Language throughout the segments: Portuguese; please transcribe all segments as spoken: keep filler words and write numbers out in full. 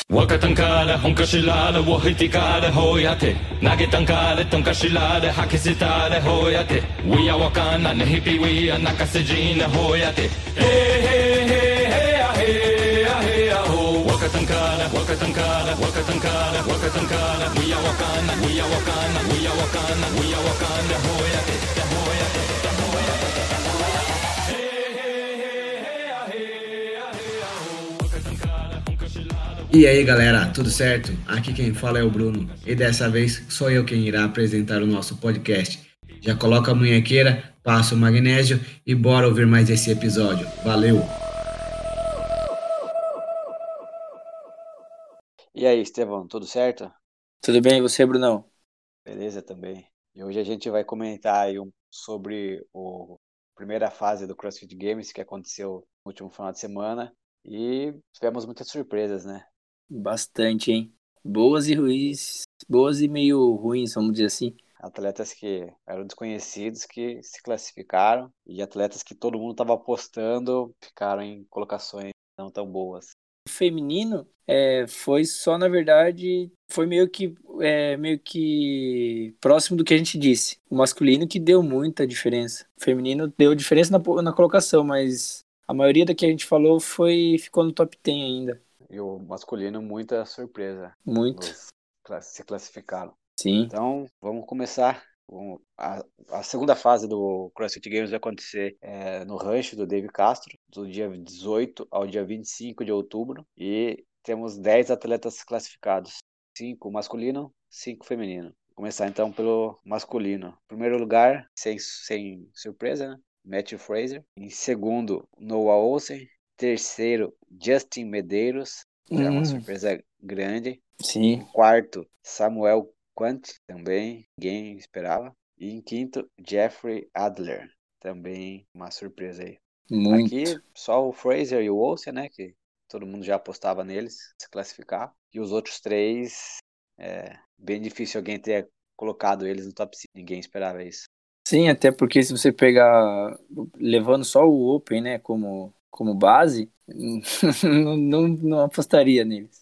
若かたんから本かしらでを引きからほやて投げたんからとんかしらで吐き捨てたでほやて We are わかんなねひぴ We are 泣かせじなほやて Hey hey hey hey ah hey ah hey ah ho 若かたんから若かたんから若かたんから若かたんから We are わかんな We are わかんな We are わかんな We are わかんなほやてほやてほやて Hey hey hey hey ah hey ah hey ah ho 若かたんから本かしら E aí galera, tudo certo? Aqui quem fala é o Bruno e dessa vez sou eu quem irá apresentar o nosso podcast. Já coloca a munhequeira, passa o magnésio e bora ouvir mais esse episódio. Valeu! E aí, Estevão, tudo certo? Tudo bem, e você, Brunão? Beleza também. E hoje a gente vai comentar aí um, sobre a primeira fase do CrossFit Games que aconteceu no último final de semana e tivemos muitas surpresas, né? Bastante, hein? Boas e ruins, boas e meio ruins, vamos dizer assim. Atletas que eram desconhecidos que se classificaram e atletas que todo mundo estava apostando ficaram em colocações não tão boas. O feminino é, foi só, na verdade, foi meio que, é, meio que próximo do que a gente disse. O masculino que deu muita diferença. O feminino deu diferença na, na colocação, mas a maioria da que a gente falou foi, ficou no top dez ainda. E o masculino, muita surpresa. Muito. Nos, se classificaram. Sim. Então, vamos começar. A, a segunda fase do CrossFit Games vai acontecer é, no rancho do Dave Castro, do dia dezoito ao dia vinte e cinco de outubro. E temos dez atletas classificados. cinco masculino, cinco feminino. Vou começar então pelo masculino. Em primeiro lugar, sem, sem surpresa, né? Matthew Fraser. Em segundo, Noah Olsen. Terceiro, Justin Medeiros, que é uma Hum. surpresa grande. Sim. Em quarto, Samuel Quant, também ninguém esperava. E em quinto, Jeffrey Adler, também uma surpresa aí. Muito. Aqui, só o Fraser e o Olsen, né, que todo mundo já apostava neles se classificar. E os outros três, é bem difícil alguém ter colocado eles no top cinco, ninguém esperava isso. Sim, até porque se você pegar, levando só o Open, né, como, como base, não, não, não apostaria neles.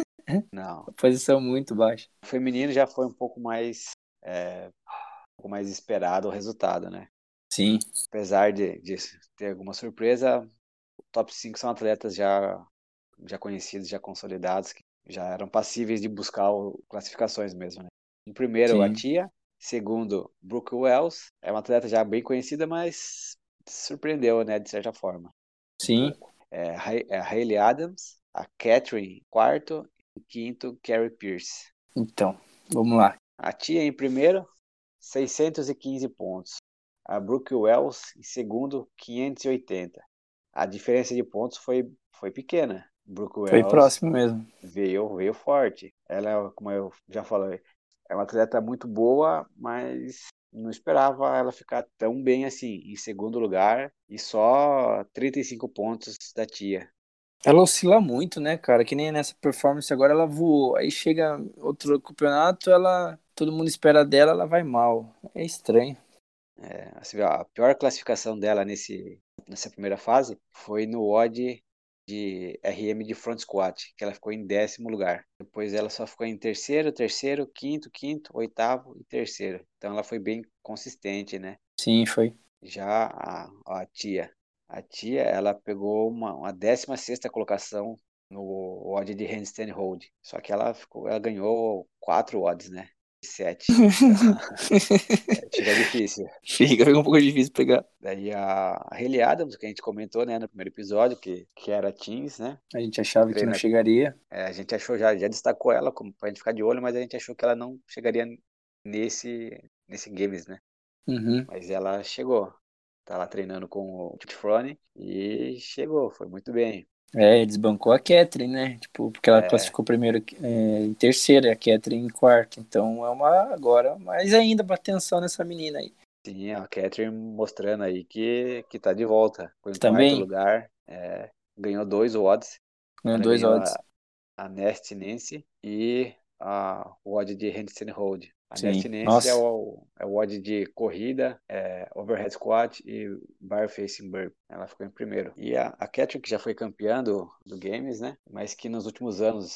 Não. A posição muito baixa. O feminino já foi um pouco mais, é, um pouco mais esperado o resultado, né? Sim. Apesar de, de ter alguma surpresa, o top cinco são atletas já, já conhecidos, já consolidados, que já eram passíveis de buscar o, classificações mesmo, né? Em primeiro, Sim. a Tia. Segundo, Brooke Wells. É uma atleta já bem conhecida, mas surpreendeu, né, de certa forma. Sim. É, é a Hayley Adams. A Catherine, quarto. Em quinto, Carrie Pierce. Então, vamos lá. A Tia em primeiro, seiscentos e quinze pontos. A Brooke Wells em segundo, quinhentos e oitenta. A diferença de pontos foi, foi pequena. Brooke Wells Foi próximo mesmo. Veio, veio forte. Ela, como eu já falei, é uma atleta muito boa, mas não esperava ela ficar tão bem assim, em segundo lugar, e só trinta e cinco pontos da Tia. Ela oscila muito, né, cara? Que nem nessa performance agora ela voou. Aí chega outro campeonato, ela todo mundo espera dela, ela vai mal. É estranho. É, assim, a pior classificação dela nesse, nessa primeira fase foi no O D de R M de front squat, que ela ficou em décimo lugar. Depois ela só ficou em terceiro, terceiro, quinto, quinto, oitavo e terceiro. Então ela foi bem consistente, né? Sim, foi. Já a, a Tia, a Tia, ela pegou uma, uma décima sexta colocação no O D de handstand hold. Só que ela ficou, ela ganhou quatro O Ds, né? Sete. Então, fica difícil. Fica, fica um pouco difícil pegar. Daí a, a Hayley Adams, que a gente comentou, né, no primeiro episódio, que, que era teens, né? A gente achava que Treina- não chegaria. É, a gente achou, já, já destacou ela como pra gente ficar de olho, mas a gente achou que ela não chegaria nesse, nesse games, né? Uhum. Mas ela chegou. Tá lá treinando com o Frone e chegou, foi muito bem. É, desbancou a Catherine, né? Tipo, porque ela É. classificou primeiro é, em terceiro, e a Catherine em quarto. Então é uma agora, mas ainda pra atenção nessa menina aí. Sim, a Catherine mostrando aí que, que tá de volta. Foi em Também. quarto lugar, é, ganhou dois O Ds. Ganhou Ela dois ganhou odds. A, a Nasty Nancy e a, o O D de handstand hold. A Sim. Nasty Nancy Nossa. é o, é o O D de corrida, é, overhead squat e bar facing burpee. Ela ficou em primeiro. E a, a Catherine, que já foi campeã do, do Games, né? Mas que nos últimos anos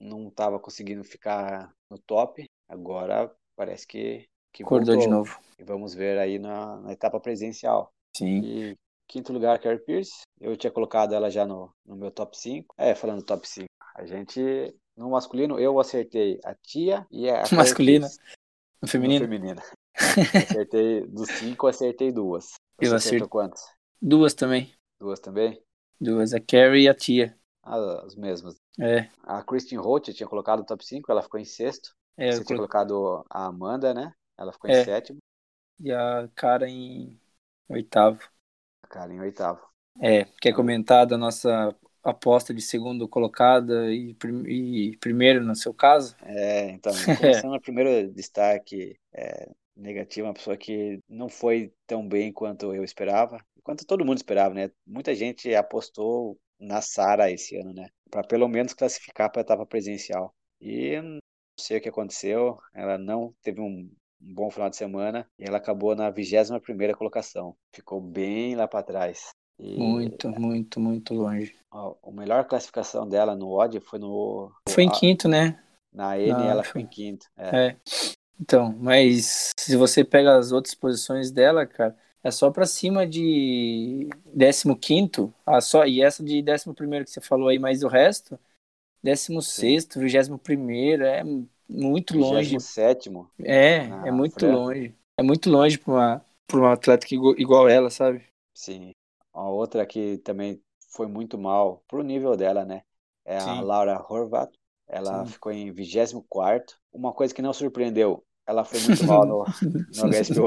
não estava conseguindo ficar no top, agora parece que, que Acordou voltou. de novo. E vamos ver aí na, na etapa presencial. Sim. E quinto lugar, Carrie Pierce. Eu tinha colocado ela já no, no meu top cinco. É, falando top cinco. A gente, no masculino, eu acertei a Tia e a Carrie Masculino. Pierce. No No feminino? feminino. Eu acertei dos cinco, eu acertei duas. Eu Você acertei acertou quantas? duas também. Duas também? Duas. A Carrie e a Tia. Ah, as mesmas. É. A Christine Roth eu tinha colocado no top cinco, ela ficou em sexto. É, Você eu tinha colo- colocado a Amanda, né? Ela ficou em é. sétimo. E a cara em oitavo. A Karen em oitavo. É. Quer Então, comentar da nossa aposta de segundo colocada e, prim- e primeiro no seu caso? é, então, começando o primeiro destaque é, negativo, uma pessoa que não foi tão bem quanto eu esperava, quanto todo mundo esperava, né? Muita gente apostou na Sara esse ano, né? Para pelo menos classificar para a etapa presencial. E não sei o que aconteceu, ela não teve um, um bom final de semana e ela acabou na vigésima primeira colocação. Ficou bem lá para trás. E Muito, muito, muito longe. ó, a melhor classificação dela no O D foi no Foi em a- quinto, né? na N, Na, ela ficou em quinto. É. é. Então, mas se você pega as outras posições dela, cara, é só pra cima de décimo quinto, ah, só, e essa de décimo primeiro que você falou aí, mas o resto, décimo Sim. sexto, vigésimo primeiro, é muito vigésimo longe. sétimo É, é na muito Fran. longe. É muito longe pra uma, pra uma atleta que, igual, igual ela, sabe? Sim. A outra que também foi muito mal pro nível dela, né? É a Sim, Laura Horvath. Ela sim. ficou em vigésimo quarto. Uma coisa que não surpreendeu, ela foi muito mal no, no H S P O.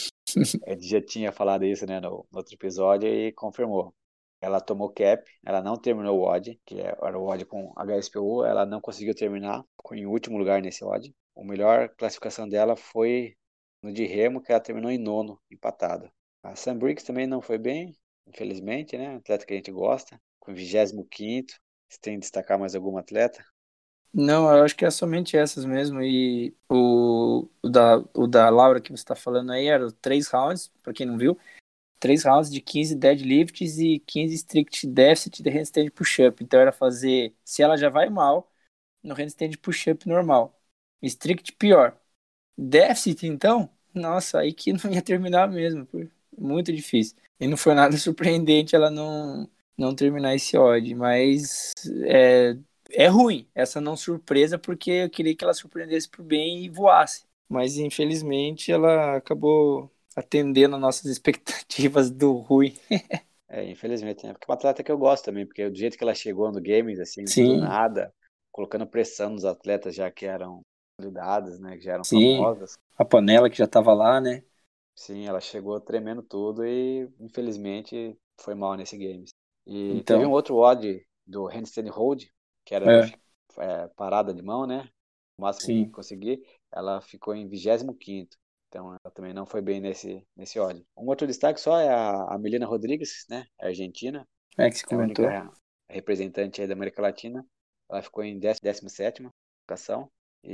A gente já tinha falado isso, né, no, no outro episódio e confirmou. Ela tomou cap, ela não terminou o O D, que é, era o O D com H S P O, ela não conseguiu terminar, ficou em último lugar nesse O D. A melhor classificação dela foi no de remo, que ela terminou em nono, empatada. A Sam Briggs também não foi bem, infelizmente, né? Atleta que a gente gosta, com vigésimo quinto. Você tem que destacar mais alguma atleta? Não, eu acho que é somente essas mesmo. E o, o, da, o da Laura que você está falando aí era três rounds, para quem não viu, três rounds de quinze deadlifts e quinze strict deficit de handstand push-up. Então era fazer, se ela já vai mal, no handstand push-up normal. Strict pior. Deficit, então, nossa, aí que não ia terminar mesmo. Foi muito difícil. E não foi nada surpreendente ela não, não terminar esse O D, mas é, é ruim essa não surpresa, porque eu queria que ela surpreendesse pro bem e voasse. Mas infelizmente ela acabou atendendo às nossas expectativas do ruim. É, infelizmente, né? Porque é uma atleta que eu gosto também, porque do jeito que ela chegou no Games, assim, do Sim, nada, colocando pressão nos atletas já que eram cuidados, né? Que já eram sim. famosas. A panela que já tava lá, né? Sim, ela chegou tremendo tudo e infelizmente foi mal nesse Games. E teve um Então, outro O D do handstand hold, que era é, é, parada de mão, né? O máximo que sim. conseguir. Ela ficou em vigésimo quinto. Então ela também não foi bem nesse, nesse O D. Um outro destaque só é a, a Melina Rodrigues, né? Argentina. É que se É a comentou. única representante aí da América Latina. Ela ficou em décima sétima colocação.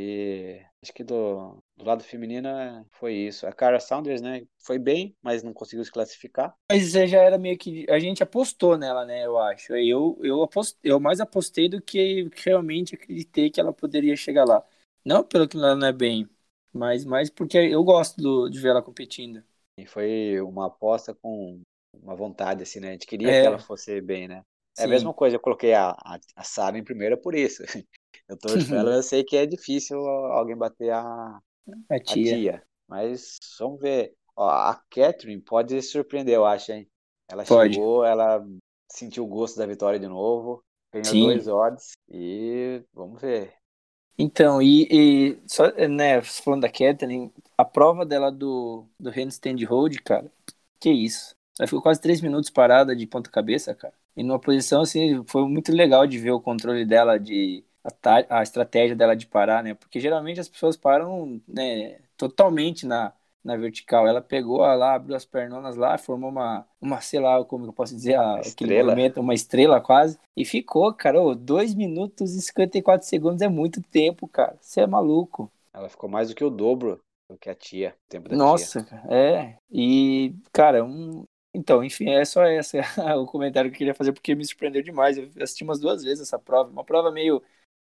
E acho que do, do lado feminino é- foi isso. A Cara Saunders, né? Foi bem, mas não conseguiu se classificar. Mas já era meio que. A gente apostou nela, né? Eu acho. Eu, eu, apost, eu mais apostei do que realmente acreditei que ela poderia chegar lá. Não pelo que ela não é bem, mas mais porque eu gosto do- de ver ela competindo. E foi uma aposta com uma vontade, assim, né? A gente queria que ela É, fosse bem, né? É a mesma sim, coisa, eu coloquei a, a, a Sara em primeira por isso. Eu torço pra ela, eu sei que é difícil alguém bater a, a a tia. tia. Mas vamos ver. Ó, a Catherine pode surpreender, eu acho, hein? Ela Pode. chegou, ela sentiu o gosto da vitória de novo, ganhou Sim. dois odds e vamos ver. Então, e, e só, né, falando da Kathleen, a prova dela do, do handstand hold, cara, que isso. Ela ficou quase três minutos parada de ponta cabeça, cara. E numa posição, assim, foi muito legal de ver o controle dela, de a, ta- a estratégia dela de parar, né? Porque geralmente as pessoas param, né, totalmente na, na vertical. Ela pegou lá, abriu as pernonas lá, formou uma, uma, sei lá, como eu posso dizer, A a- aquele estrela, movimento, uma estrela quase. E ficou, cara, ô, dois minutos e cinquenta e quatro segundos é muito tempo, cara. Você é maluco. ela ficou mais do que o dobro do que a tia, o tempo da tia. Nossa, cara, é. E, cara, um. Então, enfim, é só esse o comentário que eu queria fazer, porque me surpreendeu demais. Eu assisti umas duas vezes essa prova. Uma prova meio,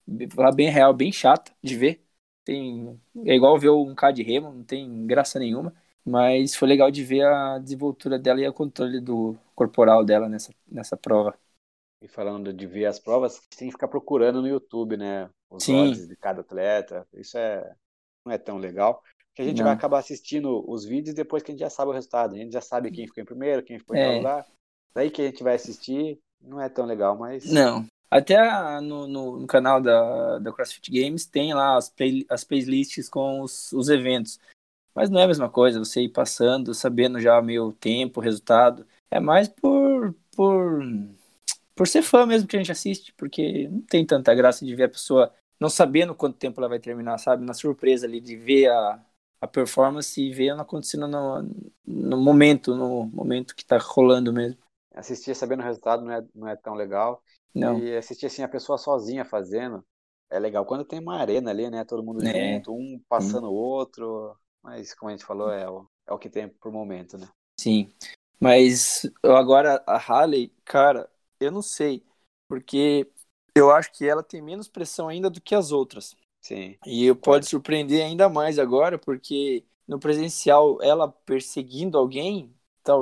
falar bem real, bem chata de ver. Tem, é igual ver um K de remo, não tem graça nenhuma. Mas foi legal de ver a desenvoltura dela e o controle do corporal dela nessa, nessa prova. E falando de ver as provas, tem que ficar procurando no YouTube, né? Os Sim, odds de cada atleta. Isso é, não é tão legal. Porque a gente vai não. acabar assistindo os vídeos depois que a gente já sabe o resultado. A gente já sabe quem ficou em primeiro, quem ficou em tal É, lugar. Daí que a gente vai assistir, não é tão legal, mas não. Até a- no, no, no canal da, da CrossFit Games tem lá as, play, as playlists com os, os eventos. Mas não é a mesma coisa, você ir passando, sabendo já meio tempo, o resultado. É mais por, por, por ser fã mesmo que a gente assiste, porque não tem tanta graça de ver a pessoa não sabendo quanto tempo ela vai terminar, sabe? Na surpresa ali de ver a, a performance e ver ela acontecendo no, no momento, no momento que tá rolando mesmo. assistir sabendo o resultado não é, não é tão legal. Não, E assistir assim a pessoa sozinha fazendo é legal. Quando tem uma arena ali, né? Todo mundo é, junto, um sim, passando o outro. Mas como a gente falou, é o, é o que tem por momento, né? sim. Mas eu agora a Halle, cara, eu não sei, porque eu acho que ela tem menos pressão ainda do que as outras. Sim, E pode concordo. surpreender ainda mais agora, porque no presencial, ela perseguindo alguém,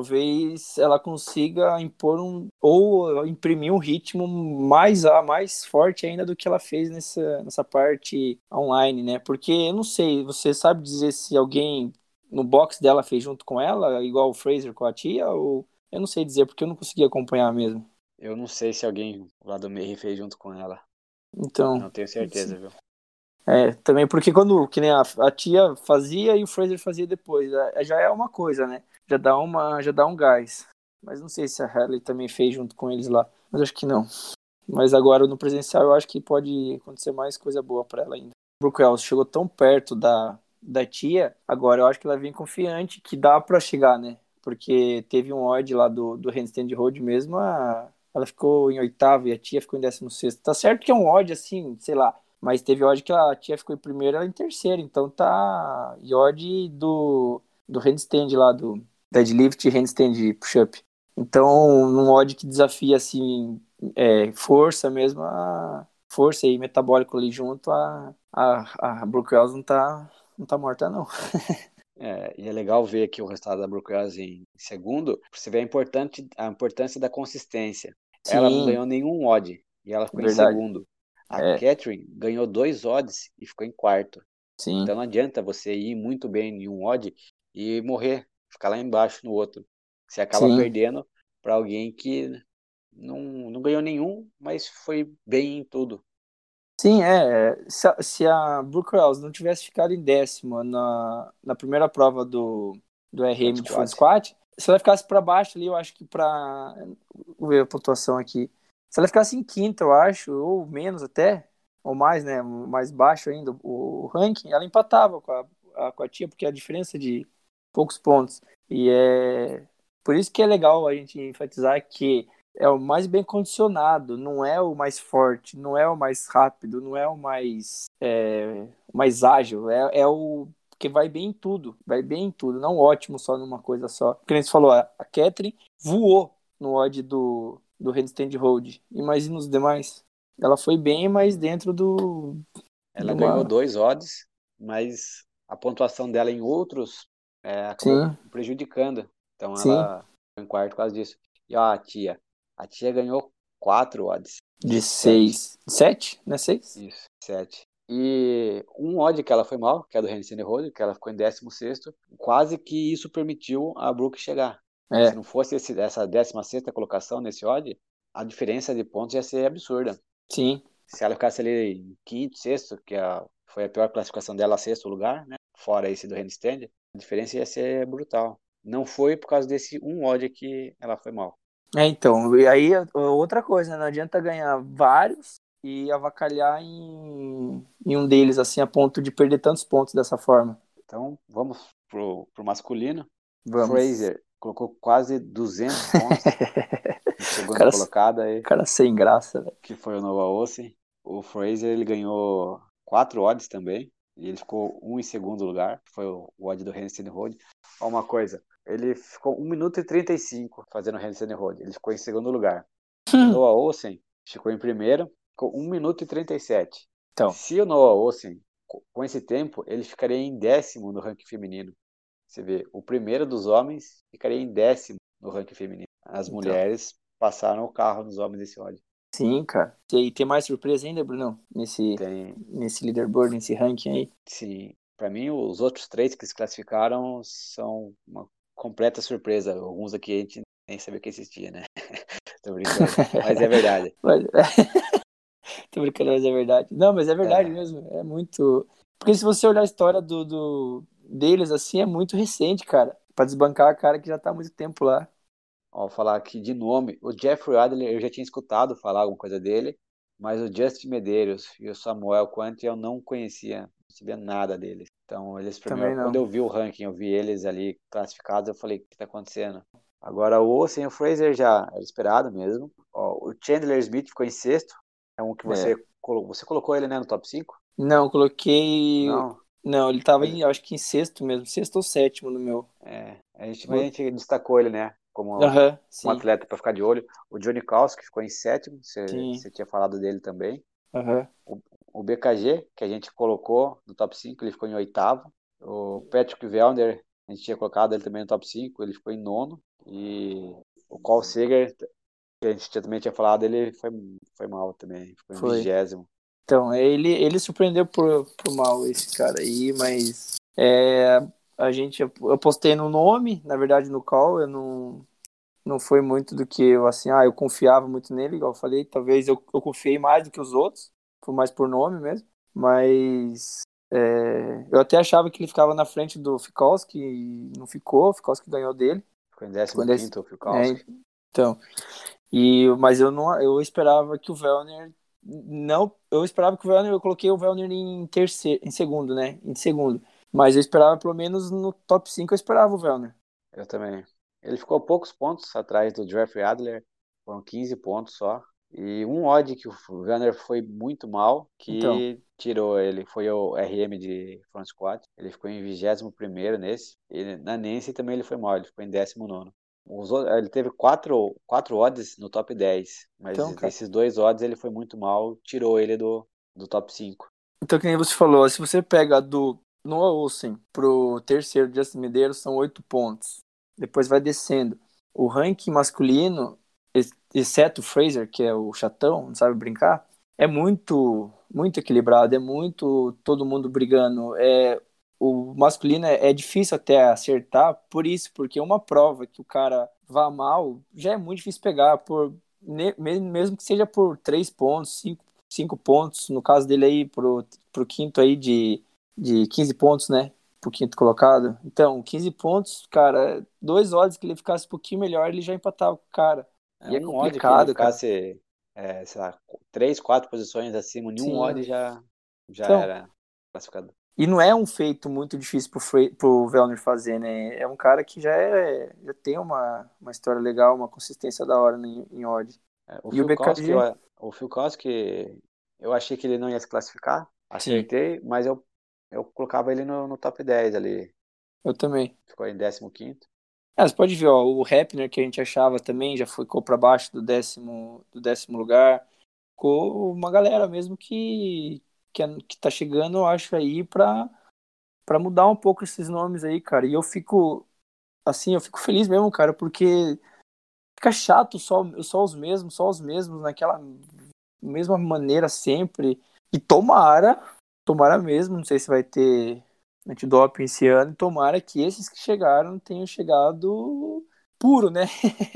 talvez ela consiga impor um ou imprimir um ritmo mais a mais forte ainda do que ela fez nessa, nessa parte online, né? Porque eu não sei, você sabe dizer se alguém no box dela fez junto com ela, igual o Fraser com a tia, ou eu não sei dizer, porque eu não consegui acompanhar mesmo. Eu não sei se alguém lá do Meir fez junto com ela. Então, Não tenho certeza, viu? é, também porque quando que nem a, a tia fazia e o Fraser fazia depois, já, já é uma coisa, né? Já dá uma, já dá um gás. Mas não sei se a Halle também fez junto com eles lá. Mas acho que não. Mas agora no presencial eu acho que pode acontecer mais coisa boa pra ela ainda. Brooke Wells chegou tão perto da, da tia, agora eu acho que ela vem confiante que dá pra chegar, né? Porque teve um odd lá do, do handstand hold mesmo, a, ela ficou em oitavo e a tia ficou em décimo sexto. Tá certo que é um odd assim, sei lá, mas teve odd que a tia ficou em primeiro e ela em terceiro, então tá. E odd do, do handstand lá, do deadlift, handstand push-up. Então, num odd que desafia assim, é, força mesmo, a força e metabólico ali junto, a, a, a Brooke Wells não tá, não tá morta, não. É, e é legal ver aqui o resultado da Brooke Wells em segundo, pra você ver a, importante, a importância da consistência. Ela não Sim, ganhou nenhum odd e ela ficou em verdade. segundo. A É, Catherine ganhou dois odds e ficou em quarto. sim, Então não adianta você ir muito bem em um odd e morrer, ficar lá embaixo no outro. Você acaba sim. perdendo para alguém que não, não ganhou nenhum, mas foi bem em tudo. Sim, é. é, Se a, se a Brooke Wells não tivesse ficado em décimo na, na primeira prova do, do Front R M de Front squat. Squat, se ela ficasse para baixo ali, eu acho que para. Vou ver a pontuação aqui. Se ela ficasse em quinta, eu acho, ou menos até, ou mais, né? Mais baixo ainda o, o ranking, ela empatava com a, a, com a tia, porque a diferença de poucos pontos. E é por isso que é legal a gente enfatizar que é o mais bem condicionado, não é o mais forte, não é o mais rápido, não é o mais, é, o mais ágil, é, é o que vai bem em tudo, vai bem em tudo, não ótimo só numa coisa só. Como você falou, a, a Catherine voou no odd do, do handstand hold, imagina os demais. Ela foi bem, mas dentro do de Ela ganhou uma. dois odds, mas a pontuação dela em outros é, acabou Sim, prejudicando. Então sim, ela ficou em quarto por causa disso. E ó, a tia. A tia ganhou quatro odds de de sete. seis, sete, né? Seis? Isso, sete. E um odd que ela foi mal, que é do handstand hold, que ela ficou em décimo sexto, quase que isso permitiu a Brooke chegar. Se É, não fosse esse, essa décima sexta colocação nesse odd, a diferença de pontos ia ser absurda. sim. Se ela ficasse ali em quinto, sexto, que a, foi a pior classificação dela, sexto lugar, né? Fora esse do handstand, a diferença ia ser brutal. Não foi por causa desse um odd que ela foi mal. É, então, e aí outra coisa, né? Não adianta ganhar vários e avacalhar em, em um deles, assim, a ponto de perder tantos pontos dessa forma. Então, vamos pro, pro masculino. Vamos. Fraser colocou quase duzentos pontos em segundo Cara, colocado aí, cara sem graça, velho. que foi o Noah Olsen. O Fraser ele ganhou quatro odds também. E ele ficou um em segundo lugar, que foi o odd do handstand hold. Ó, uma coisa, ele ficou um minuto e trinta e cinco fazendo handstand hold. Ele ficou em segundo lugar. O Noah Olsen ficou em primeiro, ficou um minuto e trinta e sete. Então, Se o Noah Osen, co- com esse tempo, ele ficaria em décimo no ranking feminino. Você vê, o primeiro dos homens ficaria em décimo no ranking feminino. As então. mulheres passaram o carro nos homens desse ódio. Sim, cara. E tem mais surpresa ainda, Brunão? Nesse, Tem, nesse leaderboard, nesse ranking aí? sim, para mim os outros três que se classificaram são uma completa surpresa. Alguns aqui a gente nem sabia que existia, né? Tô brincando, mas é verdade. Mas- Tô brincando, mas é verdade. Não, mas é verdade É, mesmo. É muito. Porque se você olhar a história do, do... deles, assim, é muito recente, cara. Pra desbancar a cara que já tá há muito tempo lá. ó, falar aqui de nome, o Jeffrey Adler eu já tinha escutado falar alguma coisa dele, mas o Justin Medeiros e o Samuel Quanti eu não conhecia, não sabia nada deles. Então, eles para mim, Também quando não. eu vi o ranking, eu vi eles ali classificados, eu falei, o que tá acontecendo? Agora, o Olsen e o Fraser já era esperado mesmo. Ó, o Chandler Smith ficou em sexto, é um que você, É. colo- você colocou ele, né, no top cinco? Não, coloquei. Não? Não, ele tava Mas, em, acho que em sexto mesmo. Sexto ou sétimo no meu. é, a gente, mas a gente destacou ele, né, como Aham, um sim. atleta para ficar de olho. O Johnny Kowski ficou em sétimo, você, Sim. você tinha falado dele também. Aham. O, o B K G, que a gente colocou no top cinco, ele ficou em oitavo. O Patrick Vellner, a gente tinha colocado ele também no top cinco, ele ficou em nono. E o Carl Sager, que a gente tinha- também tinha falado, ele foi, foi mal também, ficou em Foi. vigésimo. Então, ele, ele surpreendeu por, por mal esse cara aí, mas é, a gente, eu postei no nome, na verdade no call, eu não, não foi muito do que eu, assim, ah, eu confiava muito nele, igual eu falei, talvez eu, eu confiei mais do que os outros, foi mais por nome mesmo, mas é, eu até achava que ele ficava na frente do Fikowski, e não ficou, o Fikowski ganhou dele, Ficou em ficou décimo em desse, quinto o Phil é, Kowski. então, e, mas eu não, eu esperava que o Vellner não, eu esperava que o Vellner, eu coloquei o Vellner em terceiro, em segundo, né? Em segundo. Mas eu esperava pelo menos no top cinco eu esperava o Vellner. Eu também. Ele ficou poucos pontos atrás do Jeffrey Adler, foram quinze pontos só. E um odd que o Gunner foi muito mal, Então, que tirou ele, foi o R M de Front Squat. Ele ficou em vigésimo primeiro nesse. E na Nancy também ele foi mal, ele ficou em décimo nono. Os outros- ele teve quatro, quatro odds no top dez, então, mas cara. desses dois odds ele foi muito mal, tirou ele do, do top cinco. Então, que nem você falou, se você pega do Noah Olsen pro terceiro Justin Medeiros, são oito pontos. Depois vai descendo. O ranking masculino, ex- exceto o Fraser, que é o chatão, não sabe brincar, é muito, muito equilibrado, é muito todo mundo brigando. É, o masculino é, é difícil até acertar, por isso, porque uma prova que o cara vá mal, já é muito difícil pegar, por, ne- me- mesmo que seja por três pontos, cinco cinco pontos, no caso dele aí, pro, pro quinto aí de, de quinze pontos, né? Pro quinto colocado. Então, quinze pontos, cara, dois odds que ele ficasse um pouquinho melhor, ele já empatava com o cara. É E é um odd que ele complicado, cara. ficasse, é, sei lá, três, quatro posições acima, nenhum odd Sim. já, já Então, era classificado. e não é um feito muito difícil pro, Fre pro Vellner fazer, né? É um cara que já, é, já tem uma, uma história legal, uma consistência da hora em, em odd. É, o E o Phil Kosky, B K G? eu, o Phil Kosky, eu achei que ele não ia se classificar, Sim, acertei, mas eu, eu colocava ele no, no top dez ali, eu também. ficou em décimo quinto. Ah, você pode ver, ó, o Rapner que a gente achava também já ficou para baixo do décimo, do décimo lugar. Ficou uma galera mesmo que, que, é- que tá chegando, eu acho, aí pra, pra mudar um pouco esses nomes aí, cara. E eu fico, assim, eu fico feliz mesmo, cara, porque fica chato só, só os mesmos, só os mesmos, naquela mesma maneira sempre. E tomara, tomara mesmo, não sei se vai ter antidoping esse ano, tomara que esses que chegaram tenham chegado puro, né?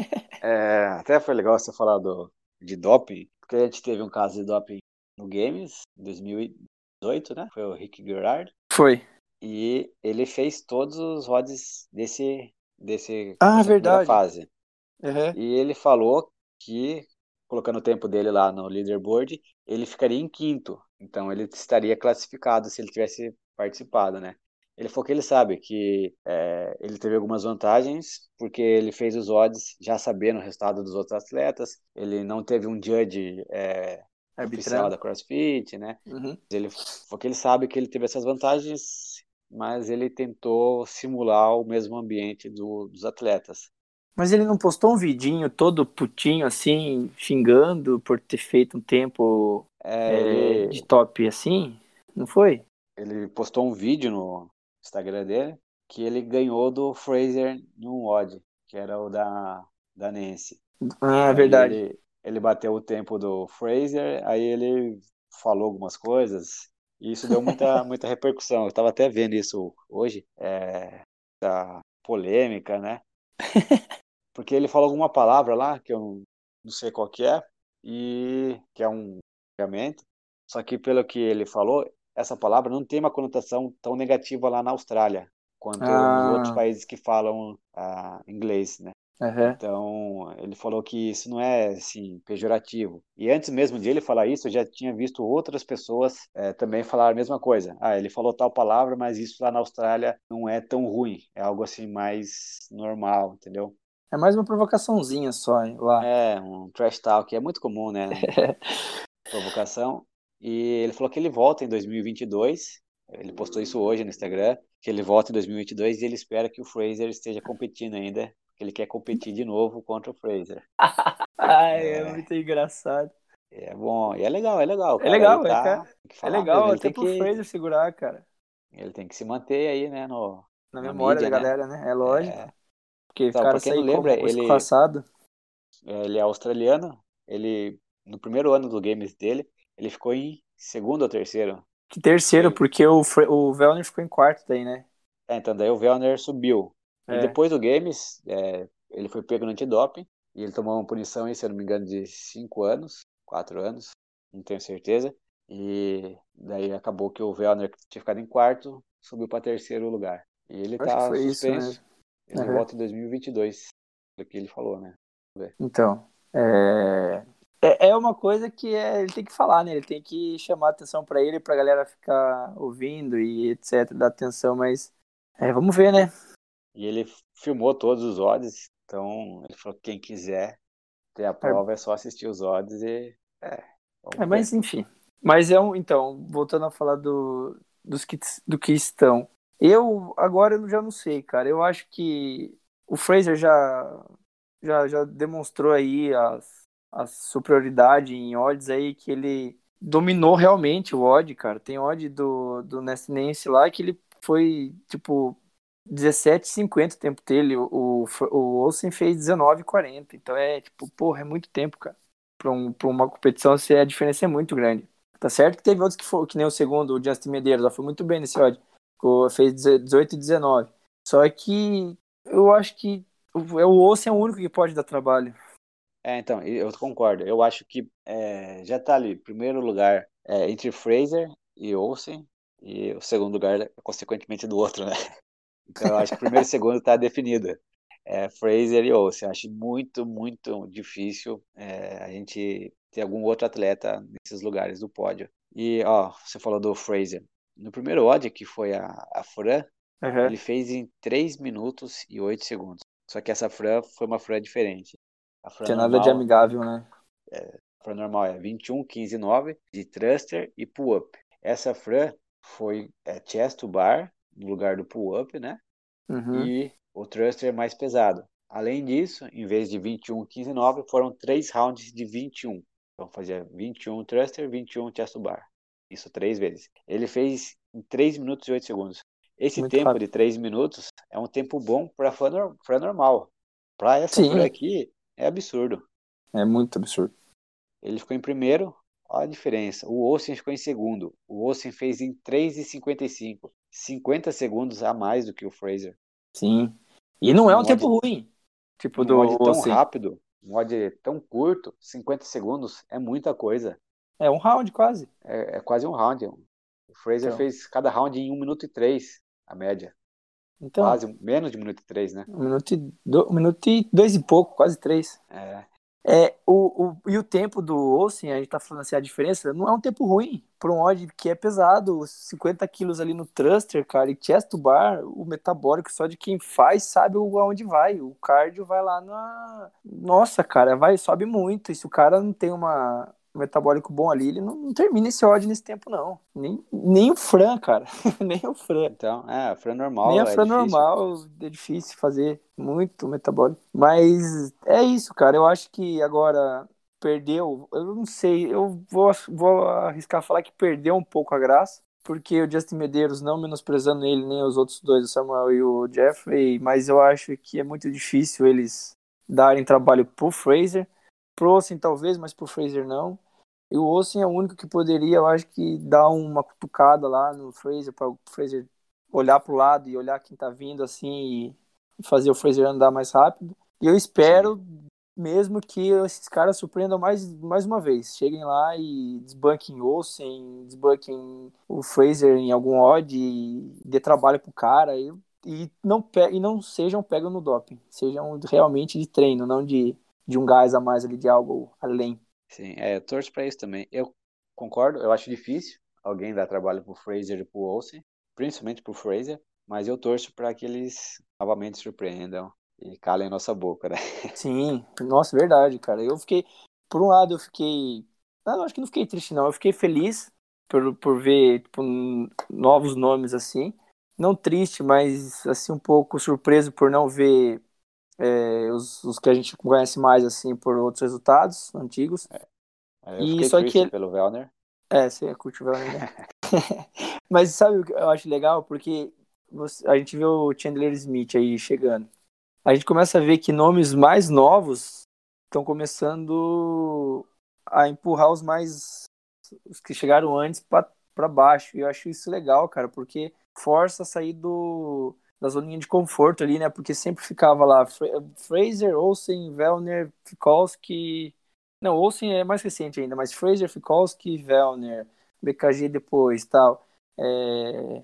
É, até foi legal você falar do, de doping, porque a gente teve um caso de doping no Games, em dois mil e dezoito, né? Foi o Rick Gerard, Foi. e ele fez todos os rods desse, desse, Ah, dessa primeira verdade. fase. Uhum. E ele falou que, colocando o tempo dele lá no leaderboard, ele ficaria em quinto. Então ele estaria classificado se ele tivesse participado, né? Ele falou que ele sabe que é, ele teve algumas vantagens, porque ele fez os odds já sabendo o resultado dos outros atletas. Ele não teve um judge é, oficial Arbitrando. da CrossFit, né? Uhum. Ele falou que ele sabe que ele teve essas vantagens, mas ele tentou simular o mesmo ambiente do, dos atletas. Mas ele não postou um vidinho todo putinho assim, xingando por ter feito um tempo É, é, de ele, top assim, não foi? ele postou um vídeo no Instagram dele que ele ganhou do Fraser em um odd, que era o da, da Nancy. Ah, é Daí verdade. ele, ele bateu o tempo do Fraser, aí ele falou algumas coisas, e isso deu muita, muita repercussão. Eu estava até vendo isso hoje, é, da polêmica, né? Porque ele falou alguma palavra lá, que eu não, não sei qual que é, e que é um xingamento, só que pelo que ele falou, essa palavra não tem uma conotação tão negativa lá na Austrália, quanto nos outros Ah, países que falam ah, inglês, né? aham. Então, ele falou que isso não é, assim, pejorativo. E antes mesmo de ele falar isso, eu já tinha visto outras pessoas eh, também falar a mesma coisa. Ah, ele falou tal palavra, mas isso lá na Austrália não é tão ruim. É algo, assim, mais normal, entendeu? É mais uma provocaçãozinha só hein, lá. É, um trash talk, é muito comum, né? Provocação. E ele falou que ele volta em dois mil e vinte e dois. Ele postou isso hoje no Instagram, que ele volta em dois mil e vinte e dois e vinte e dois e ele espera que o Fraser esteja competindo ainda, que ele quer competir de novo contra o Fraser. Ai, é É, muito engraçado. é bom, e é legal, é legal, É cara. Ele legal, é, cara. tá, tem que É falar mesmo, legal ele até tem pro que, Fraser segurar, cara. ele tem que se manter aí, né, no, Na na memória da mídia, né? galera, né? É lógico. É, Porque o então, cara pra quem não sair lembra, como ele, escorraçado. ele é australiano, ele, no primeiro ano do games dele, ele ficou em segundo ou terceiro. Que terceiro, Foi, porque o, Fra- o Vellner ficou em quarto daí, né? é, então daí o Vellner subiu. E É. depois do games, é, ele foi pego no antidoping, e ele tomou uma punição, aí, se eu não me engano, de cinco anos, quatro anos, não tenho certeza. E daí acabou que o Vellner, que tinha ficado em quarto, subiu para terceiro lugar. E ele Acho que tá foi isso suspenso. mesmo. Ele Aham. volta em dois mil e vinte e dois, do que ele falou, né? Vamos ver. Então, é... é é uma coisa que é, ele tem que falar, né? Ele tem que chamar atenção pra ele, pra galera ficar ouvindo e etc, dar atenção, mas é, vamos ver, né? E ele filmou todos os odds, então ele falou que quem quiser ter a prova é só assistir os odds e é, É, vamos mas ver. enfim. Mas é um, então, voltando a falar do, dos que, do que estão. Eu agora eu já não sei, cara. Eu acho que o Fraser já já, já demonstrou aí as, a superioridade em odds aí que ele dominou realmente o odd, cara. Tem odd do do Nestinense lá que ele foi tipo dezessete e cinquenta o tempo dele. O, o, o Olsen fez dezenove e quarenta. Então é tipo, porra, é muito tempo, cara para um, pra uma competição, assim, a diferença é muito grande. Tá certo que teve outros que foram, que nem o segundo, o Justin Medeiros, lá foi muito bem nesse odd. Fez dezoito e dezenove. Só que eu acho que o, é o Olsen é o único que pode dar trabalho. É, então, eu concordo. Eu acho que é, já tá ali, primeiro lugar é, entre Fraser e Olsen, e o segundo lugar, consequentemente, do outro, né? Então, eu acho que o primeiro e segundo tá definido. É, Fraser e Olsen. Acho muito, muito difícil é, a gente ter algum outro atleta nesses lugares do pódio. E, ó, você falou do Fraser. No primeiro odd, que foi a, a Fran, Uhum. ele fez em três minutos e oito segundos. Só que essa Fran foi uma Fran diferente. A Fran Tinha nada de normal, amigável, né? a Fran normal é vinte e um, quinze, nove de thruster e pull-up. Essa Fran foi é, chest to bar, no lugar do pull-up, né? Uhum. E o thruster é mais pesado. Além disso, em vez de vinte e um, quinze, nove, foram três rounds de vinte e um. Então fazia vinte e um thruster, vinte e um chest to bar. Isso três vezes. Ele fez em três minutos e oito segundos. Esse Muito tempo de rápido. três minutos é um tempo bom para Fran normal. Para essa Fran Sim, aqui, é absurdo. é muito absurdo. Ele ficou em primeiro, olha a diferença. O Olsen ficou em segundo. O Olsen fez em três e cinquenta e cinco. cinquenta segundos a mais do que o Fraser. Sim. E não é um Num odd, tempo ruim, tipo num odd do tão Olsen. rápido, num odd tão curto, cinquenta segundos é muita coisa. É um round quase. É, é quase um round. O Fraser Então, fez cada round em um minuto e três, a média. então Quase, menos de um minuto e três, né? um minuto e, do, um minuto e dois e pouco, quase três. É, É, o, o, e o tempo do Olsen, a gente tá falando assim, a diferença não é um tempo ruim para um odd que é pesado, cinquenta quilos ali no thruster, cara, e chest to bar, o metabólico só de quem faz sabe o- aonde vai, o cardio vai lá na... Nossa, cara, vai, sobe muito, e se o cara não tem uma, um metabólico bom ali, ele não, não termina esse odd nesse tempo, não. Nem, nem o Fran, cara, nem o Fran. então, é, a Fran Nem a normal é Fran difícil. normal é difícil fazer muito metabólico. Mas é isso, cara. Eu acho que agora perdeu, eu não sei, eu vou, vou arriscar falar que perdeu um pouco a graça, porque o Justin Medeiros, não menosprezando ele, nem os outros dois, o Samuel e o Jeffrey, mas eu acho que é muito difícil eles darem trabalho pro Fraser, pro Olsen talvez, mas pro Fraser não. E o Olsen é o único que poderia, eu acho que, dar uma cutucada lá no Fraser, para o Fraser olhar pro lado e olhar quem tá vindo assim e fazer o Fraser andar mais rápido. E eu espero Sim. mesmo que esses caras surpreendam mais, mais uma vez. Cheguem lá e desbanquem Olsen, desbanquem o Fraser em algum odd e dê trabalho pro cara e, e, não, pe- e não sejam pegos no doping. Sejam realmente de treino, não de, de um gás a mais ali, de algo além. Sim, é, eu torço pra isso também. Eu concordo, eu acho difícil alguém dar trabalho pro Fraser e pro Olsen, principalmente pro Fraser, mas eu torço para que eles novamente surpreendam e calem nossa boca, né? Sim, nossa, verdade, cara. Eu fiquei, por um lado, eu fiquei, não, acho que não fiquei triste, não. Eu fiquei feliz por, por ver, tipo, novos nomes assim. Não triste, mas, assim, um pouco surpreso por não ver é, os, os que a gente conhece mais, assim, por outros resultados antigos. É, eu E fiquei só que triste ele, pelo Velner. é, você curte o Werner, né? Mas sabe o que eu acho legal? Porque você- a gente vê o Chandler Smith aí chegando. A gente começa a ver que nomes mais novos estão começando a empurrar os mais os que chegaram antes para baixo. E eu acho isso legal, cara, porque força a sair do da zoninha de conforto ali, né? Porque sempre ficava lá Fra- Fraser, Olsen, Vellner, Fikolski. Não, Olsen é mais recente ainda, mas Fraser, Fikolski, Vellner, B K G depois, tal. É,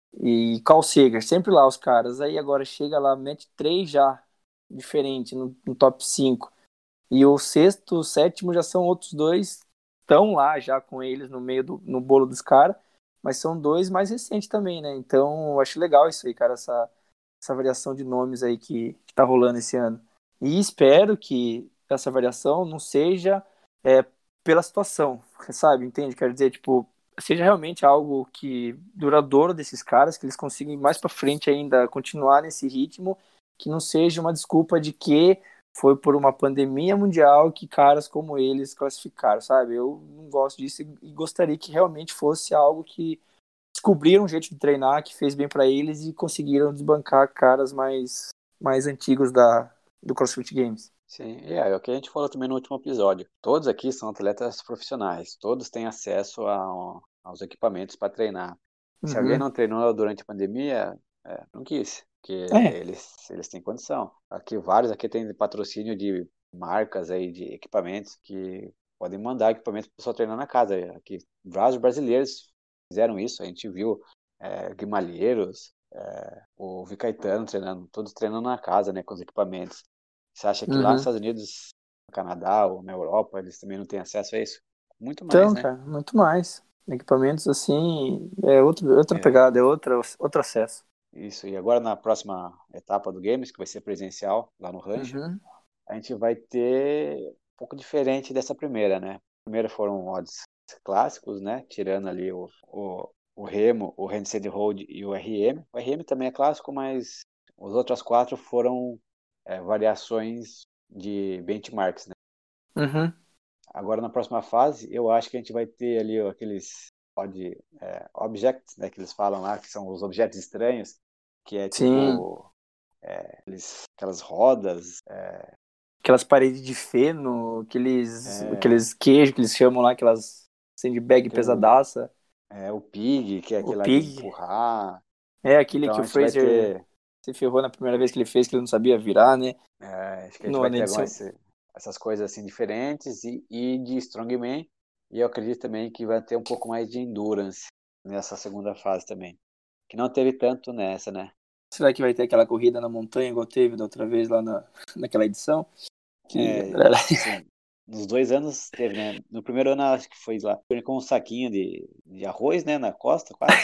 e Carl Sagan, sempre lá os caras. Aí agora chega lá, mete três já, diferente, no, no top cinco. E o sexto, o sétimo já são outros dois, estão lá já com eles no meio do no bolo dos caras, mas são dois mais recentes também, né? Então eu acho legal isso aí, cara, essa, essa variação de nomes aí que, que tá rolando esse ano. E espero que essa variação não seja é, pela situação, sabe? Entende? Quero dizer, tipo, seja realmente algo que duradouro desses caras, que eles consigam ir mais para frente ainda, continuar nesse ritmo, que não seja uma desculpa de que foi por uma pandemia mundial que caras como eles classificaram, sabe? Eu não gosto disso e gostaria que realmente fosse algo que descobriram um jeito de treinar que fez bem para eles e conseguiram desbancar caras mais, mais antigos da, do CrossFit Games. Sim, e é, é o que a gente falou também no último episódio. Todos aqui são atletas profissionais, todos têm acesso a, aos equipamentos para treinar. Se alguém Uhum. não treinou durante a pandemia, é, não quis, porque É, eles, eles têm condição. Aqui vários aqui têm patrocínio de marcas aí de equipamentos que podem mandar equipamentos para o pessoal treinar na casa. Aqui vários brasileiros fizeram isso, a gente viu é, Guimalheiros, é, o Vicaetano treinando, todos treinando na casa, né, com os equipamentos. Você acha que lá nos uhum. Estados Unidos, no Canadá ou na Europa, eles também não têm acesso a isso? Muito mais, Então, né? cara, muito mais. Equipamentos assim, é outro, outra É, pegada, é outra, outro acesso. isso. E agora na próxima etapa do Games, que vai ser presencial lá no rancho, Uhum. a gente vai ter um pouco diferente dessa primeira, né? Primeiro foram odds clássicos, né? Tirando ali o, o, o Remo, o Handstand Hold e o R M. O R M também é clássico, mas os outros quatro foram é, variações de benchmarks, né? Uhum. Agora na próxima fase, eu acho que a gente vai ter ali ó, aqueles odd, é, objects, né, que eles falam lá, que são os objetos estranhos, que é Sim, tipo é, aqueles, aquelas rodas, é, aquelas paredes de feno, aqueles, é, aqueles queijos que eles chamam lá, aquelas sandbag aquele, pesadaça, é, o pig, que é o aquele lá de pig. empurrar. É aquele Então que a o gente vai Fraser ter, se ferrou na primeira vez que ele fez, que ele não sabia virar, né? é, acho que a gente No, vai na ter edição. algumas essas coisas assim diferentes e, e de strongman. E eu acredito também que vai ter um pouco mais de endurance nessa segunda fase também, que não teve tanto nessa, né? Será que vai ter aquela corrida na montanha igual teve da outra vez lá na, naquela edição? Que a É, galera... assim, nos dois anos teve, né? No primeiro ano, acho que foi lá, foi com um saquinho de, de arroz, né? Na costa, quase.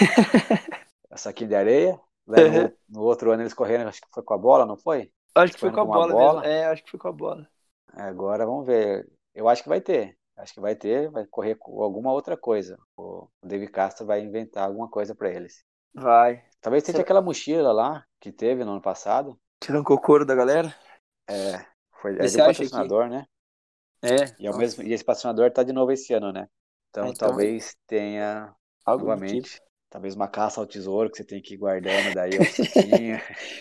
Um saquinho de areia. Daí no, no outro ano eles correram, acho que foi com a bola, não foi? Acho Eles que foi correndo com a com uma bola mesmo. bola. É, acho que foi com a bola. Agora vamos ver. Eu acho que vai ter. Acho que vai ter, vai correr com alguma outra coisa. O David Castro vai inventar alguma coisa para eles. Vai. Talvez seja Será... aquela mochila lá que teve no ano passado. Tirando o couro da galera? É, foi, é Mas de você um acha que patrocinador, né? É, E, é o nossa. mesmo, e esse patrocinador tá de novo esse ano, né? Ah, Então então, talvez tenha algo do tipo. novamente, talvez uma caça ao tesouro que você tem que ir guardando daí aos saquinhos.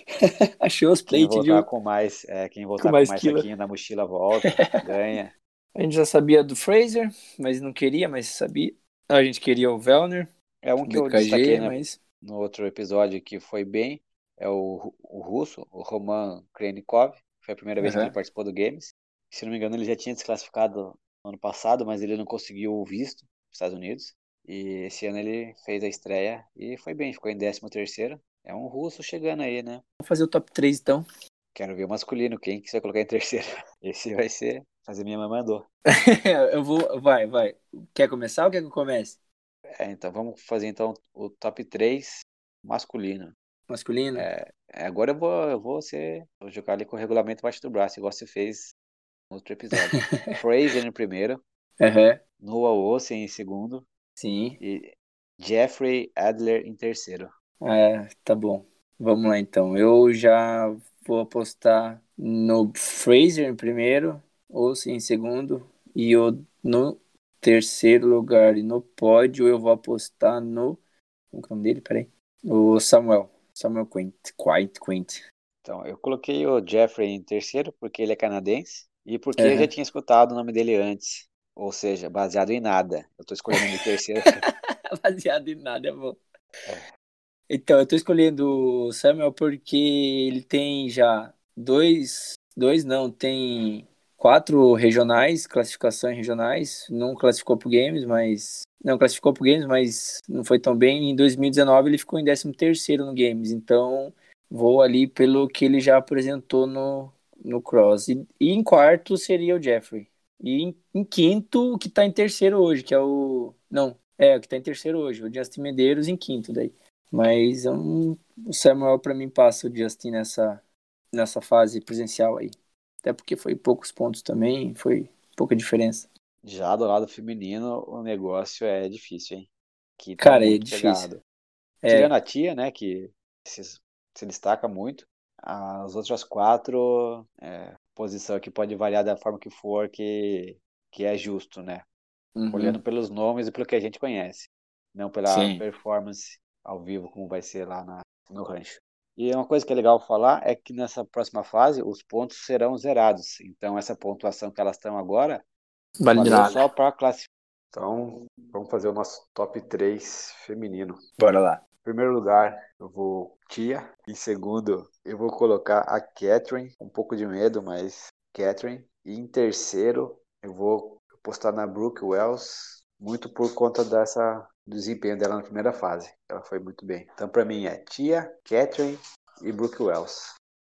Achou os Quem plates de, voltar com mais, é, quem com voltar com mais mais quilo. saquinho na mochila volta, ganha. A gente já sabia do Fraser, mas não queria, mas sabia. A gente queria o Vellner, É um que eu destaquei, B K G, né, mas... no outro episódio que foi bem, é o, o russo, o Roman Krenikov. Foi a primeira vez que ele Aham. participou do Games. Se não me engano, ele já tinha desclassificado no ano passado, mas ele não conseguiu o visto nos Estados Unidos. E esse ano ele fez a estreia e foi bem, ficou em décimo terceiro. É um russo chegando aí, né? Vamos fazer o top três então. Quero ver o masculino, quem que você vai colocar em terceiro? Esse vai ser fazer minha mamãe mandou. Eu vou. Vai, vai. Quer começar ou quer que eu comece? É, então vamos fazer então o top três masculino. Masculino? É, é, agora eu vou, eu vou ser, vou jogar ali com o regulamento embaixo do braço, igual você fez no outro episódio. Fraser em primeiro, Aham. Noah Olsen em segundo Sim. e Jeffrey Adler em terceiro. É, tá bom. Vamos lá então. Eu já vou apostar no Fraser em primeiro, ou sim, em segundo, e eu no terceiro lugar e no pódio eu vou apostar no. Como que é o nome dele? Peraí. O Samuel. Samuel Quint. Quint. Quint. Então, eu coloquei o Jeffrey em terceiro porque ele é canadense e porque eu já Aham. tinha escutado o nome dele antes, ou seja, baseado em nada. Eu tô escolhendo ele em terceiro. Baseado em nada, é bom. É, Então, eu tô escolhendo o Samuel porque ele tem já dois, dois não, tem quatro regionais, classificações regionais. Não classificou pro Games, mas não classificou pro Games, mas não foi tão bem. Em dois mil e dezenove ele ficou em décimo terceiro no Games. Então, vou ali pelo que ele já apresentou no, no Cross. E, e em quarto seria o Jeffrey. E em, em quinto, o que tá em terceiro hoje, que é o não, é o que tá em terceiro hoje, o Justin Medeiros em quinto daí. Mas eu não- o Samuel para mim passa o Justin nessa, nessa fase presencial aí. Até porque foi poucos pontos também, foi pouca diferença. já do lado feminino, o negócio é difícil, hein? Que tá Cara, é muito difícil. pegado. Tirando É, a tia, né, que se, se destaca muito, as outras quatro, é, posição que pode variar da forma que for, que, que é justo, né? Olhando uhum, pelos nomes e pelo que a gente conhece, não pela sim. performance ao vivo, como vai ser lá na, no rancho. E uma coisa que é legal falar é que nessa próxima fase os pontos serão zerados. Então essa pontuação que elas estão agora Vale de valeu nada. só para classificar. Então vamos fazer o nosso top três feminino. Bora lá. Em primeiro lugar, eu vou Tia. Em segundo, eu vou colocar a Catherine. Um pouco de medo, mas Catherine. E em terceiro, eu vou apostar na Brooke Wells. Muito por conta dessa do desempenho dela na primeira fase. Ela foi muito bem. Então, para mim, é Tia, Catherine e Brooke Wells.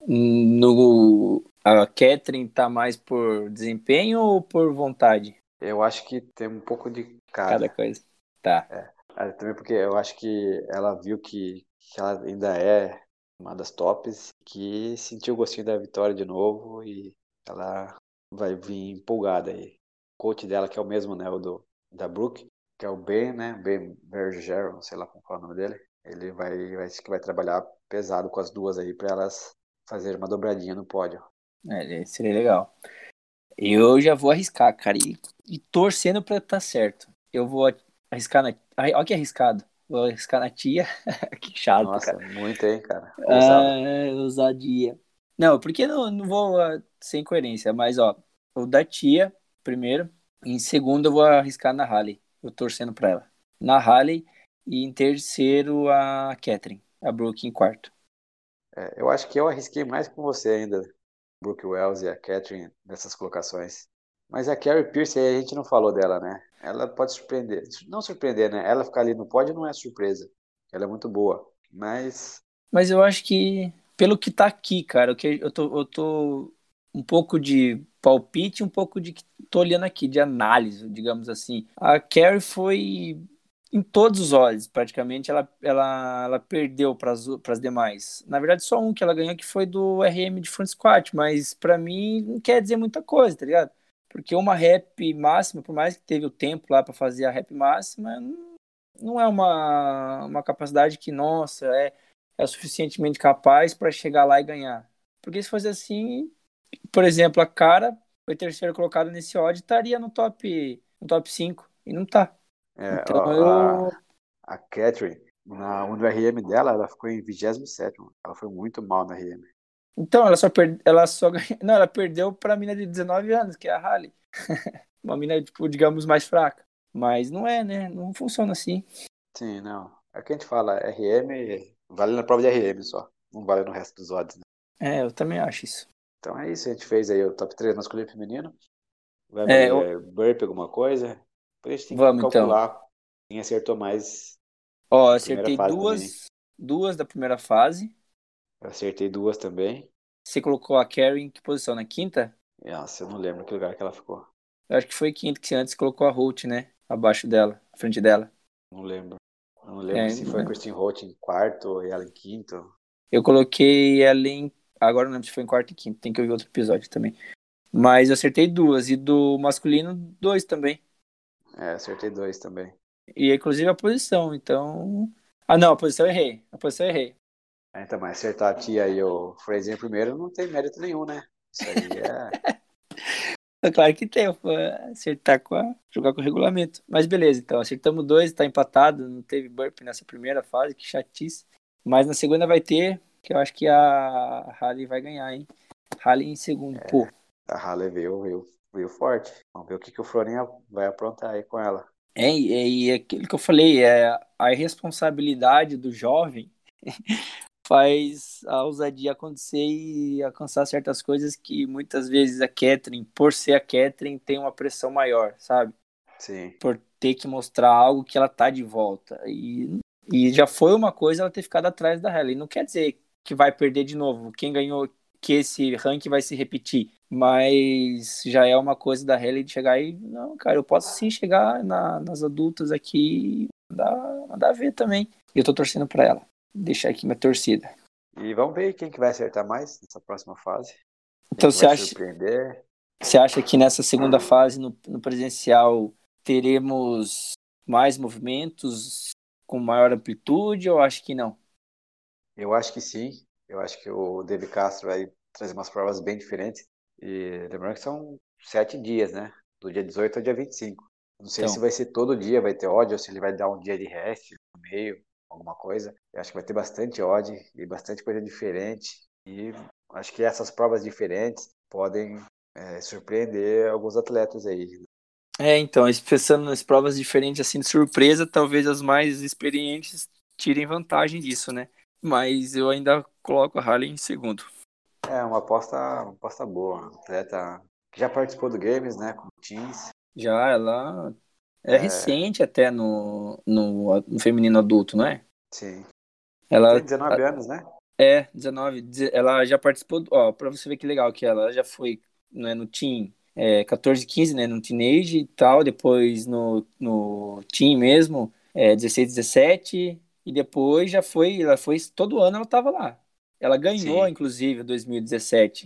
No, a Catherine tá mais por desempenho ou por vontade? Eu acho que tem um pouco de Cada cada. coisa. Tá. É. Ah, também porque eu acho que ela viu que, que ela ainda é uma das tops, que sentiu o gostinho da vitória de novo e ela vai vir empolgada aí. O coach dela, que é o mesmo, né, o do, da Brooke, que é o Ben, né, Ben Bergeron, sei lá como é o nome dele, ele vai, vai, que vai trabalhar pesado com as duas aí para elas fazerem uma dobradinha no pódio. É, seria legal. Eu já vou arriscar, cara, e, e torcendo pra tá certo. Eu vou arriscar na. Ai, olha que arriscado. Vou arriscar na tia. Que chato, Nossa, cara. muito, hein, cara? Ousado. Ah, ousadia. Não, porque não, não vou ah, sem coerência, mas ó, o da tia, primeiro. Em segundo, eu vou arriscar na Halle. Eu torcendo pra ela. Na Halle. E em terceiro, a Catherine. A Brooke em quarto. É, eu acho que eu arrisquei mais com você ainda, Brooke Wells e a Catherine nessas colocações. Mas a Carrie Pierce, a gente não falou dela, né? Ela pode surpreender. Não surpreender, né? Ela ficar ali no pódio não é surpresa. Ela é muito boa. Mas, Mas eu acho que, pelo que tá aqui, cara, o que eu tô, eu tô um pouco de palpite, um pouco de que tô olhando aqui, de análise, digamos assim. A Carrie foi em todos os olhos, praticamente, ela, ela, ela perdeu para as demais. Na verdade, só um que ela ganhou que foi do R M de Front Squat, mas pra mim não quer dizer muita coisa, tá ligado? Porque uma rep máxima, por mais que teve o tempo lá pra fazer a rep máxima, não não é uma, uma capacidade que, nossa, é é o suficientemente capaz para chegar lá e ganhar. Porque se fosse assim, por exemplo, a cara foi terceiro colocado nesse odd, estaria no top, no top cinco. E não tá. É, Então ó, eu. a, a Catherine, na, no R M dela, ela ficou em vigésimo sétimo. Ela foi muito mal no R M. Então, ela só, per... ela só ganha... Não, ela perdeu pra mina de dezenove anos, que é a Halle. Uma mina, tipo, digamos, mais fraca. Mas não é, né? Não funciona assim. Sim, não. É o que a gente fala, R M vale na prova de R M só. Não vale no resto dos odds, né? É, eu também acho isso. Então é isso, a gente fez aí o top três masculino e feminino. Vai É, eu... valer burpee alguma coisa. Depois a gente tem que Vamos então. calcular quem acertou mais Ó, na primeira acertei fase também. duas, duas da primeira fase. Eu acertei duas também. Você colocou a Carrie em que posição? Na quinta? Nossa, eu não lembro que lugar que ela ficou. Eu acho que foi quinta, que você antes colocou a Holt, né? Abaixo dela, à frente dela. Não lembro. Eu não lembro É, se foi a Christine Holt em quarto e ela em quinto. eu coloquei ela em. Agora não lembro se foi em quarto e quinto, tem que ouvir outro episódio também. Mas eu acertei duas, e do masculino, dois também. É, acertei dois também. E inclusive a posição, então. Ah, não, a posição eu errei. A posição eu errei. É, então, mas acertar a tia e o Fraser primeiro não tem mérito nenhum, né? Isso aí é. É claro que tem, foi acertar com a. Jogar com o regulamento. Mas beleza, então, acertamos dois, tá empatado. Não teve burp nessa primeira fase, que chatice. Mas na segunda vai ter, que eu acho que a Halle vai ganhar, hein? Halle em segundo, pô. A Halle veio, veio, veio forte. Vamos ver o que, que o Florinha vai aprontar aí com ela. É, e é aquilo que eu falei, é a irresponsabilidade do jovem faz a ousadia acontecer e alcançar certas coisas que muitas vezes a Catherine, por ser a Catherine, tem uma pressão maior, sabe? Sim. Por ter que mostrar algo que ela tá de volta. E, e já foi uma coisa ela ter ficado atrás da Halle. Não quer dizer que vai perder de novo. Quem ganhou, que esse ranking vai se repetir. Mas já é uma coisa da Halle de chegar aí. Não, cara, eu posso sim chegar na, nas adultas aqui e mandar, mandar ver também. E eu tô torcendo pra ela. Deixar aqui minha torcida. E vamos ver quem que vai acertar mais nessa próxima fase. Quem Então que você vai acha, surpreender. você acha que nessa segunda fase, no, no presencial, teremos mais movimentos com maior amplitude ou acho que não? Eu acho que sim. Eu acho que o David Castro vai trazer umas provas bem diferentes. E lembrando que são sete dias, né? Do dia dezoito ao dia vinte e cinco. Não sei Então, se vai ser todo dia, vai ter odd, ou se ele vai dar um dia de rest no meio, alguma coisa. Eu acho que vai ter bastante odd e bastante coisa diferente. E acho que essas provas diferentes podem é, surpreender alguns atletas aí. é, então, pensando nas provas diferentes assim de surpresa, talvez as mais experientes tirem vantagem disso, né? Mas eu ainda coloco a Halle em segundo. É uma aposta, uma aposta boa. Um atleta que já participou do Games, né? Com Teams. Já ela é recente até no, no, no feminino adulto, não é? Sim. Ela Tem dezenove anos, né? é dezenove, deze- ela já participou, ó, pra você ver que legal que ela, ela já foi, né, no Team é, catorze, quinze, né, no Teenage e tal, depois no, no Team mesmo, é, dezesseis, dezessete, e depois já foi, ela foi, todo ano ela tava lá. Ela ganhou, Sim. inclusive, o dois mil e dezessete.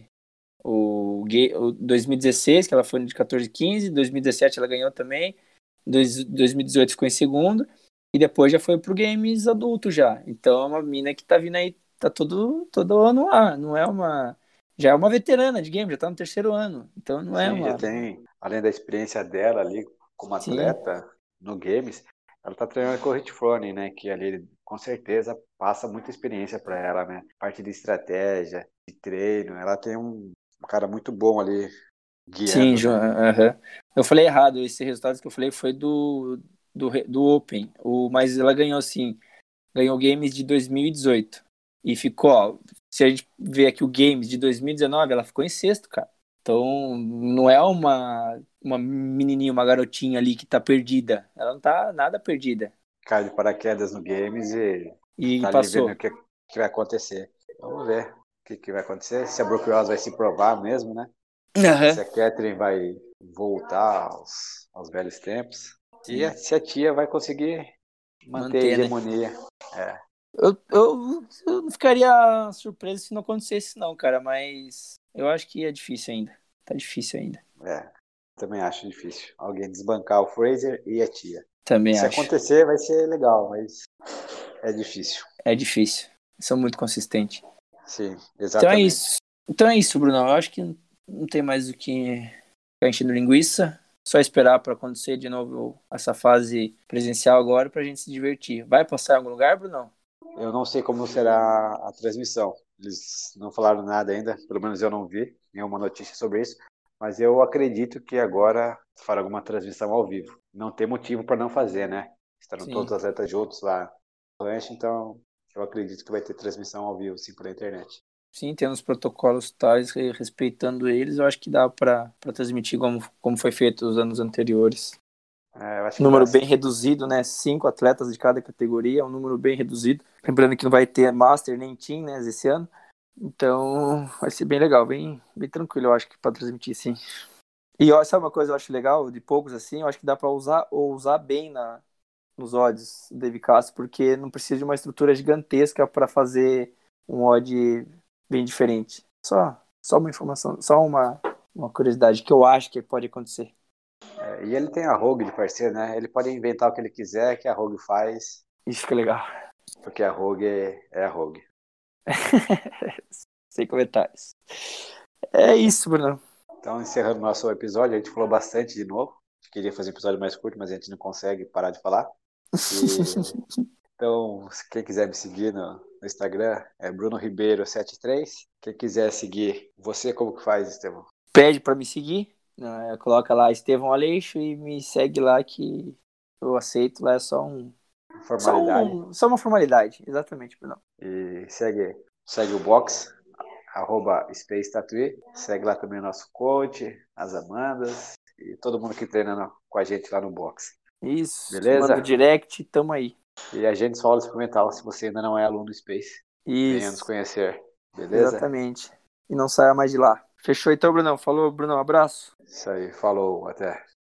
O, ga- o dois mil e dezesseis, que ela foi de catorze, quinze, dois mil e dezessete ela ganhou também, dois, dois mil e dezoito ficou em segundo, e depois já foi pro Games adulto já. Então é uma mina que tá vindo aí, tá todo, todo ano lá, não é uma... Já é uma veterana de game, já tá no terceiro ano, então não é Sim, já uma... tem, além da experiência dela ali como Sim, atleta no Games, ela tá treinando com o Rich Froning, né? Que ali com certeza passa muita experiência para ela, né? Parte de estratégia, de treino, ela tem um, um cara muito bom ali sim, guiando, Jo- né? aham. Eu falei errado, esse resultado que eu falei foi do, do, re- do Open, o, mas ela ganhou assim, ganhou Games de dois mil e dezoito. E ficou, ó, se a gente ver aqui o Games de dois mil e dezenove, ela ficou em sexto, cara. Então, não é uma, uma menininha, uma garotinha ali que tá perdida. Ela não tá nada perdida. Cai de paraquedas no Games e E tá ali vendo passou. o que, que vai acontecer. Vamos ver o que, que vai acontecer, se a Brooke Ross vai se provar mesmo, né? Aham. Se a Catherine vai voltar aos, aos velhos tempos. E Sim, a- se a tia vai conseguir manter a manter, né? hegemonia. É, Eu, eu, eu não ficaria surpreso se não acontecesse, não, cara, mas eu acho que é difícil ainda. Tá difícil ainda. é, também acho difícil. Alguém desbancar o Fraser e a tia. Também Se acho. acontecer, vai ser legal, mas é difícil. É difícil. São muito consistentes. Sim, Então é exatamente. isso. Então é isso, Bruno. Eu acho que não tem mais o que, ficar enchendo linguiça. Só esperar para acontecer de novo essa fase presencial agora para a gente se divertir. Vai passar em algum lugar, Bruno? Eu não sei como será a transmissão. Eles não falaram nada ainda, pelo menos eu não vi nenhuma notícia sobre isso. Mas eu acredito que agora fará alguma transmissão ao vivo. Não tem motivo para não fazer, né? Estarão Sim. todos os atletas juntos lá no rancho, então eu acredito que vai ter transmissão ao vivo, sim, pela internet. Sim, tendo os protocolos tais, respeitando eles, eu acho que dá para transmitir como, como foi feito os anos anteriores. É, eu acho que Número dá, bem sim. reduzido, né? Cinco atletas de cada categoria, é um número bem reduzido. Lembrando que não vai ter Master nem Team, né, esse ano. Então, vai ser bem legal, bem, bem tranquilo, eu acho que para transmitir, sim. E ó, sabe uma coisa que eu acho legal de poucos assim? Eu acho que dá para usar ou usar bem na, nos odds do Dave Castro, porque não precisa de uma estrutura gigantesca para fazer um odd bem diferente. Só, só uma informação, só uma, uma curiosidade que eu acho que pode acontecer. É, e ele tem a Rogue de parceiro, né? Ele pode inventar o que ele quiser, que a Rogue faz, Isso fica legal. porque a Rogue é, é a Rogue. Sem comentários. É isso, Bruno. Então, encerrando nosso episódio, a gente falou bastante de novo. A gente queria fazer um episódio mais curto, mas a gente não consegue parar de falar. E, então, se quem quiser me seguir no, no Instagram é Bruno Ribeiro setenta e três. Quem quiser seguir você, como que faz, Estevão? Pede para me seguir, né? Coloca lá Estevão Aleixo e me segue lá que eu aceito. Lá é só um Só, Formalidade. um, só uma formalidade, exatamente, Bruno. E segue, segue o box, arroba Space Tattoo. Segue lá também o nosso coach, as Amandas e todo mundo que treina no, com a gente lá no box. Isso, Beleza? manda o direct, tamo aí. E a gente só experimental se você ainda não é aluno do Space. Venha nos Isso, conhecer. Beleza? exatamente. E não saia mais de lá. Fechou então, Brunão. Falou, Brunão, abraço. Isso aí, falou, até.